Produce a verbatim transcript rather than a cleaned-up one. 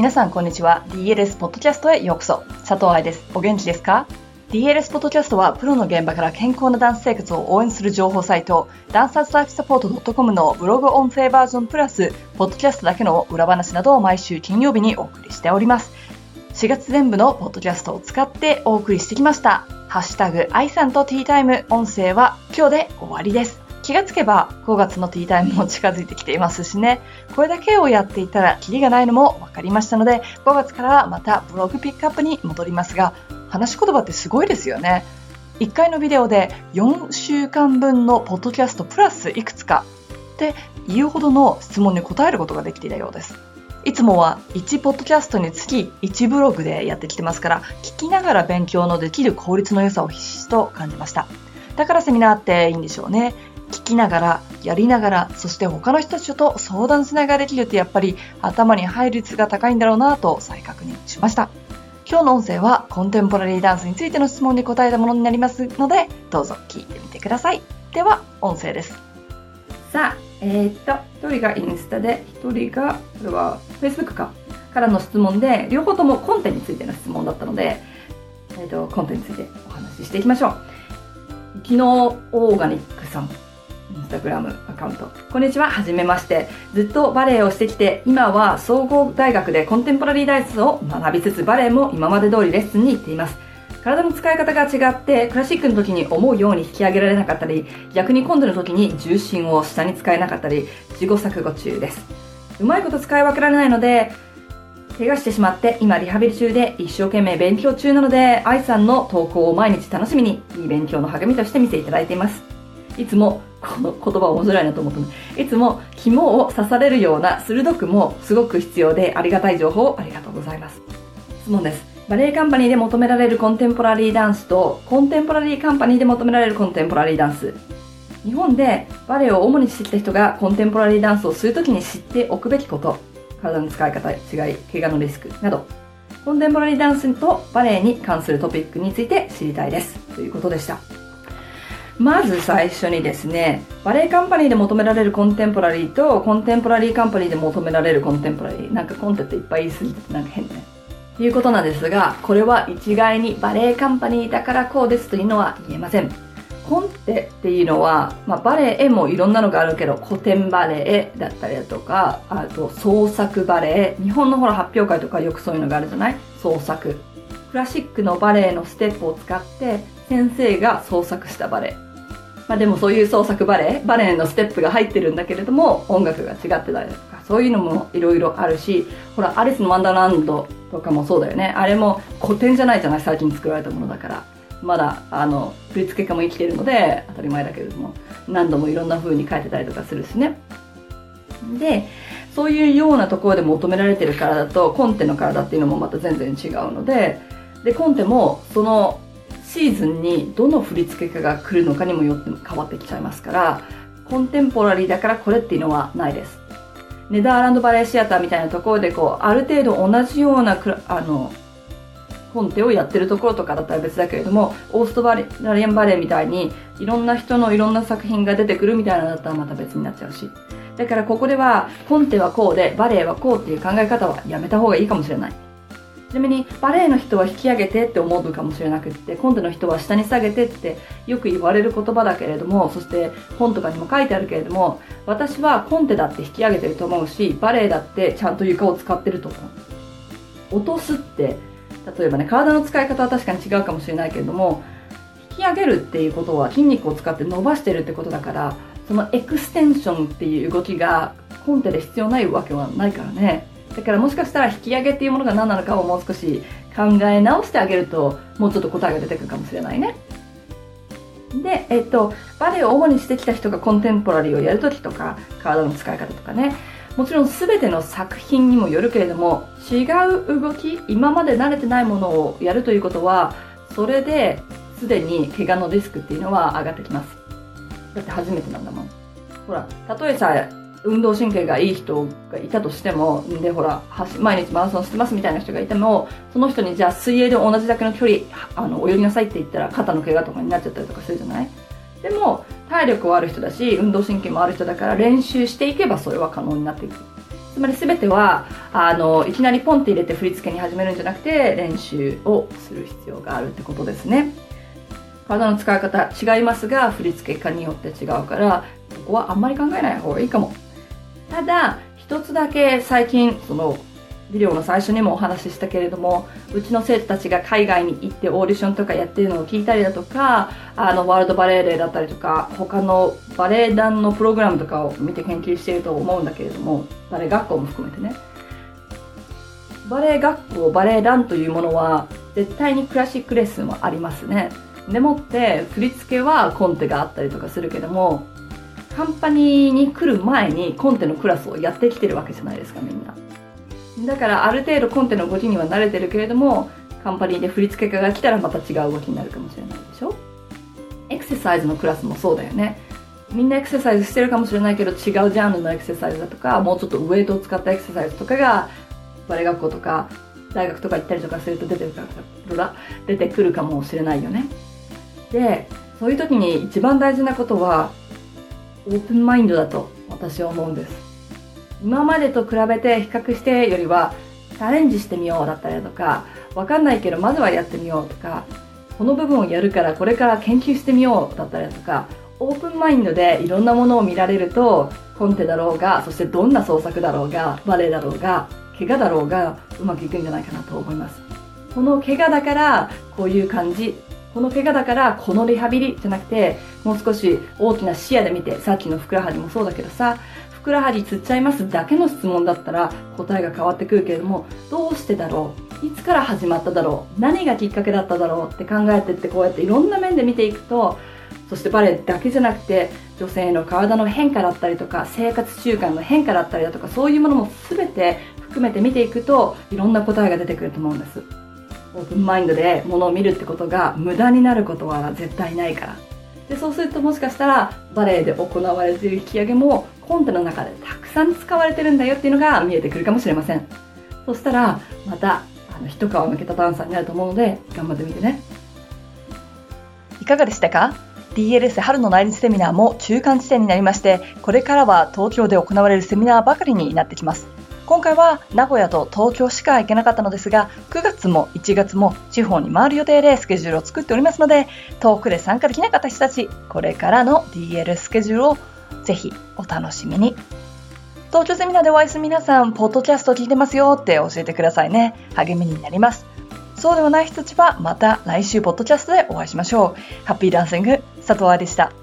皆さんこんにちは。 ディーエルエス ポッドキャストへようこそ。佐藤愛です。お元気ですか？ ディーエルエス ポッドキャストはプロの現場から健康なダンス生活を応援する情報サイト、ダンサーズライフサポート .com のブログ音声バージョンプラスポッドキャストだけの裏話などを毎週金曜日にお送りしております。しがつ全部のポッドキャストを使ってお送りしてきました。ハッシュタグ愛さんとティータイム音声は今日で終わりです。気がつけばごがつのティータイムも近づいてきていますしね。これだけをやっていたらキリがないのも分かりましたので、ごがつからはまたブログピックアップに戻りますが、話し言葉ってすごいですよね。いっかいのビデオでよんしゅうかんぶんのポッドキャストプラスいくつかっていうほどの質問に答えることができていたようです。いつもはいちポッドキャストにつきいちブログでやってきてますから、聞きながら勉強のできる効率の良さをひしひしと感じました。だからセミナーっていいんでしょうね。聞きながら、やりながら、そして他の人たちと相談しながらできるってやっぱり頭に入る率が高いんだろうなと再確認しました。今日の音声はコンテンポラリーダンスについての質問に答えたものになりますので、どうぞ聞いてみてください。では音声です。 さあ、えー、っと一人がインスタで、一人がこれは Facebook かからの質問で、両方ともコンテについての質問だったので、えー、っとコンテについてお話ししていきましょう。昨日オーガニックさん、インスタグラムアカウント。こんにちは。はじめまして。ずっとバレエをしてきて、今は総合大学でコンテンポラリーダンスを学びつつ、バレエも今まで通りレッスンに行っています。体の使い方が違って、クラシックの時に思うように引き上げられなかったり、逆にコンテの時に重心を下に使えなかったり、試行錯誤中です。うまいこと使い分けられないので、怪我してしまって、今リハビリ中で一生懸命勉強中なので、愛さんの投稿を毎日楽しみに、いい勉強の励みとして見ていただいています。いつもこの言葉面白いなと思ったので、いつも肝を刺されるような鋭くもすごく必要でありがたい情報をありがとうございます。質問です。バレエカンパニーで求められるコンテンポラリーダンスとコンテンポラリーカンパニーで求められるコンテンポラリーダンス。日本でバレエを主にしてきた人がコンテンポラリーダンスをするときに知っておくべきこと、体の使い方、違い、怪我のリスクなど、コンテンポラリーダンスとバレエに関するトピックについて知りたいですということでした。まず最初にですね、バレエカンパニーで求められるコンテンポラリーとコンテンポラリーカンパニーで求められるコンテンポラリー、なんかコンテっていっぱい言い過ぎてなんか変だねということなんですが、これは一概にバレエカンパニーだからこうですというのは言えません。コンテっていうのは、まあ、バレエもいろんなのがあるけど、古典バレエだったりだとか、あと創作バレエ、日本のほら発表会とかよくそういうのがあるじゃない？創作。クラシックのバレエのステップを使って先生が創作したバレエ。まあでもそういう創作バレエ、バレエのステップが入ってるんだけれども、音楽が違ってたりだとか、そういうのもいろいろあるし、ほら、アリスのワンダーランドとかもそうだよね。あれも古典じゃないじゃない、最近作られたものだから。まだ、あの、振付家も生きてるので、当たり前だけれども、何度もいろんな風に書いてたりとかするしね。で、そういうようなところで求められてる体と、コンテの体っていうのもまた全然違うので、で、コンテも、その、シーズンにどの振付家が来るのかにもよって変わってきちゃいますから、コンテンポラリーだからこれっていうのはないです。ネダーランドバレエシアターみたいなところでこう、ある程度同じようなクラあの、コンテをやってるところとかだったら別だけれども、オーストラリアンバレエみたいにいろんな人のいろんな作品が出てくるみたいなのだったらまた別になっちゃうし。だからここでは、コンテはこうで、バレエはこうっていう考え方はやめた方がいいかもしれない。ちなみにバレエの人は引き上げてって思うかもしれなくって、コンテの人は下に下げてってよく言われる言葉だけれども、そして本とかにも書いてあるけれども、私はコンテだって引き上げてると思うし、バレエだってちゃんと床を使ってると思う。落とすって、例えばね、体の使い方は確かに違うかもしれないけれども、引き上げるっていうことは筋肉を使って伸ばしてるってことだから、そのエクステンションっていう動きがコンテで必要ないわけはないからね。だからもしかしたら引き上げっていうものが何なのかをもう少し考え直してあげると、もうちょっと答えが出てくるかもしれないね。で、えっと、バレエを主にしてきた人がコンテンポラリーをやるときとか、体の使い方とかね、もちろん全ての作品にもよるけれども、違う動き、今まで慣れてないものをやるということは、それですでに怪我のリスクっていうのは上がってきます。だって初めてなんだもん。ほら、たとえさ、運動神経がいい人がいたとしても、で、ほら、毎日マラソンしてますみたいな人がいても、その人にじゃあ水泳で同じだけの距離、あの、泳ぎなさいって言ったら肩の怪我とかになっちゃったりとかするじゃない？でも、体力はある人だし、運動神経もある人だから練習していけばそれは可能になっていく。 つまり全てはあのいきなりポンって入れて振り付けに始めるんじゃなくて練習をする必要があるってことですね。体の使い方違いますが振り付け家によって違うからここはあんまり考えない方がいいかも。ただ一つだけ最近そのビデオの最初にもお話ししたけれども、うちの生徒たちが海外に行ってオーディションとかやってるのを聞いたりだとか、あのワールドバレエデーだったりとか他のバレエ団のプログラムとかを見て研究していると思うんだけれども、バレエ学校も含めてね、バレエ学校バレエ団というものは絶対にクラシックレッスンはありますね。でもって振り付けはコンテがあったりとかするけども、カンパニーに来る前にコンテのクラスをやってきてるわけじゃないですか、みんな。だからある程度コンテの動きには慣れてるけれども、カンパニーで振付家が来たらまた違う動きになるかもしれないでしょ。エクササイズのクラスもそうだよね。みんなエクササイズしてるかもしれないけど、違うジャンルのエクササイズだとか、もうちょっとウエイトを使ったエクササイズとかがバレエ学校とか大学とか行ったりとかすると出てるから出てくるかもしれないよね。で、そういう時に一番大事なことはオープンマインドだと私は思うんです。今までと比べて比較してよりはチャレンジしてみようだったりだとか、わかんないけどまずはやってみようとか、この部分をやるからこれから研究してみようだったりだとか、オープンマインドでいろんなものを見られると、コンテだろうが、そしてどんな創作だろうが、バレエだろうが、怪我だろうがうまくいくんじゃないかなと思います。この怪我だからこういう感じ、この怪我だからこのリハビリじゃなくて、もう少し大きな視野で見て、さっきのふくらはぎもそうだけどさ、ふくらはぎつっちゃいますだけの質問だったら答えが変わってくるけれども、どうしてだろう、いつから始まっただろう、何がきっかけだっただろうって考えてって、こうやっていろんな面で見ていくと、そしてバレエだけじゃなくて女性の体の変化だったりとか生活習慣の変化だったりだとか、そういうものも全て含めて見ていくといろんな答えが出てくると思うんです。オープンマインドでものを見るってことが無駄になることは絶対ないから。で、そうするともしかしたらバレエで行われている引き上げもコンテの中でたくさん使われてるんだよっていうのが見えてくるかもしれません。そしたらまたあの一皮むけたダンサーになると思うので頑張ってみてね。 いかがでしたか？ ディーエルエス 春の内立セミナーも中間地点になりまして、これからは東京で行われるセミナーばかりになってきます。今回は名古屋と東京しか行けなかったのですが、くがつもいちがつも地方に回る予定でスケジュールを作っておりますので、遠くで参加できなかった人たち、これからの ディーエル スケジュールをぜひお楽しみに。東京セミナーでお会いする皆さん、ポッドキャスト聞いてますよって教えてくださいね。励みになります。そうではない人たちはまた来週ポッドキャストでお会いしましょう。ハッピーダンシング、佐藤愛でした。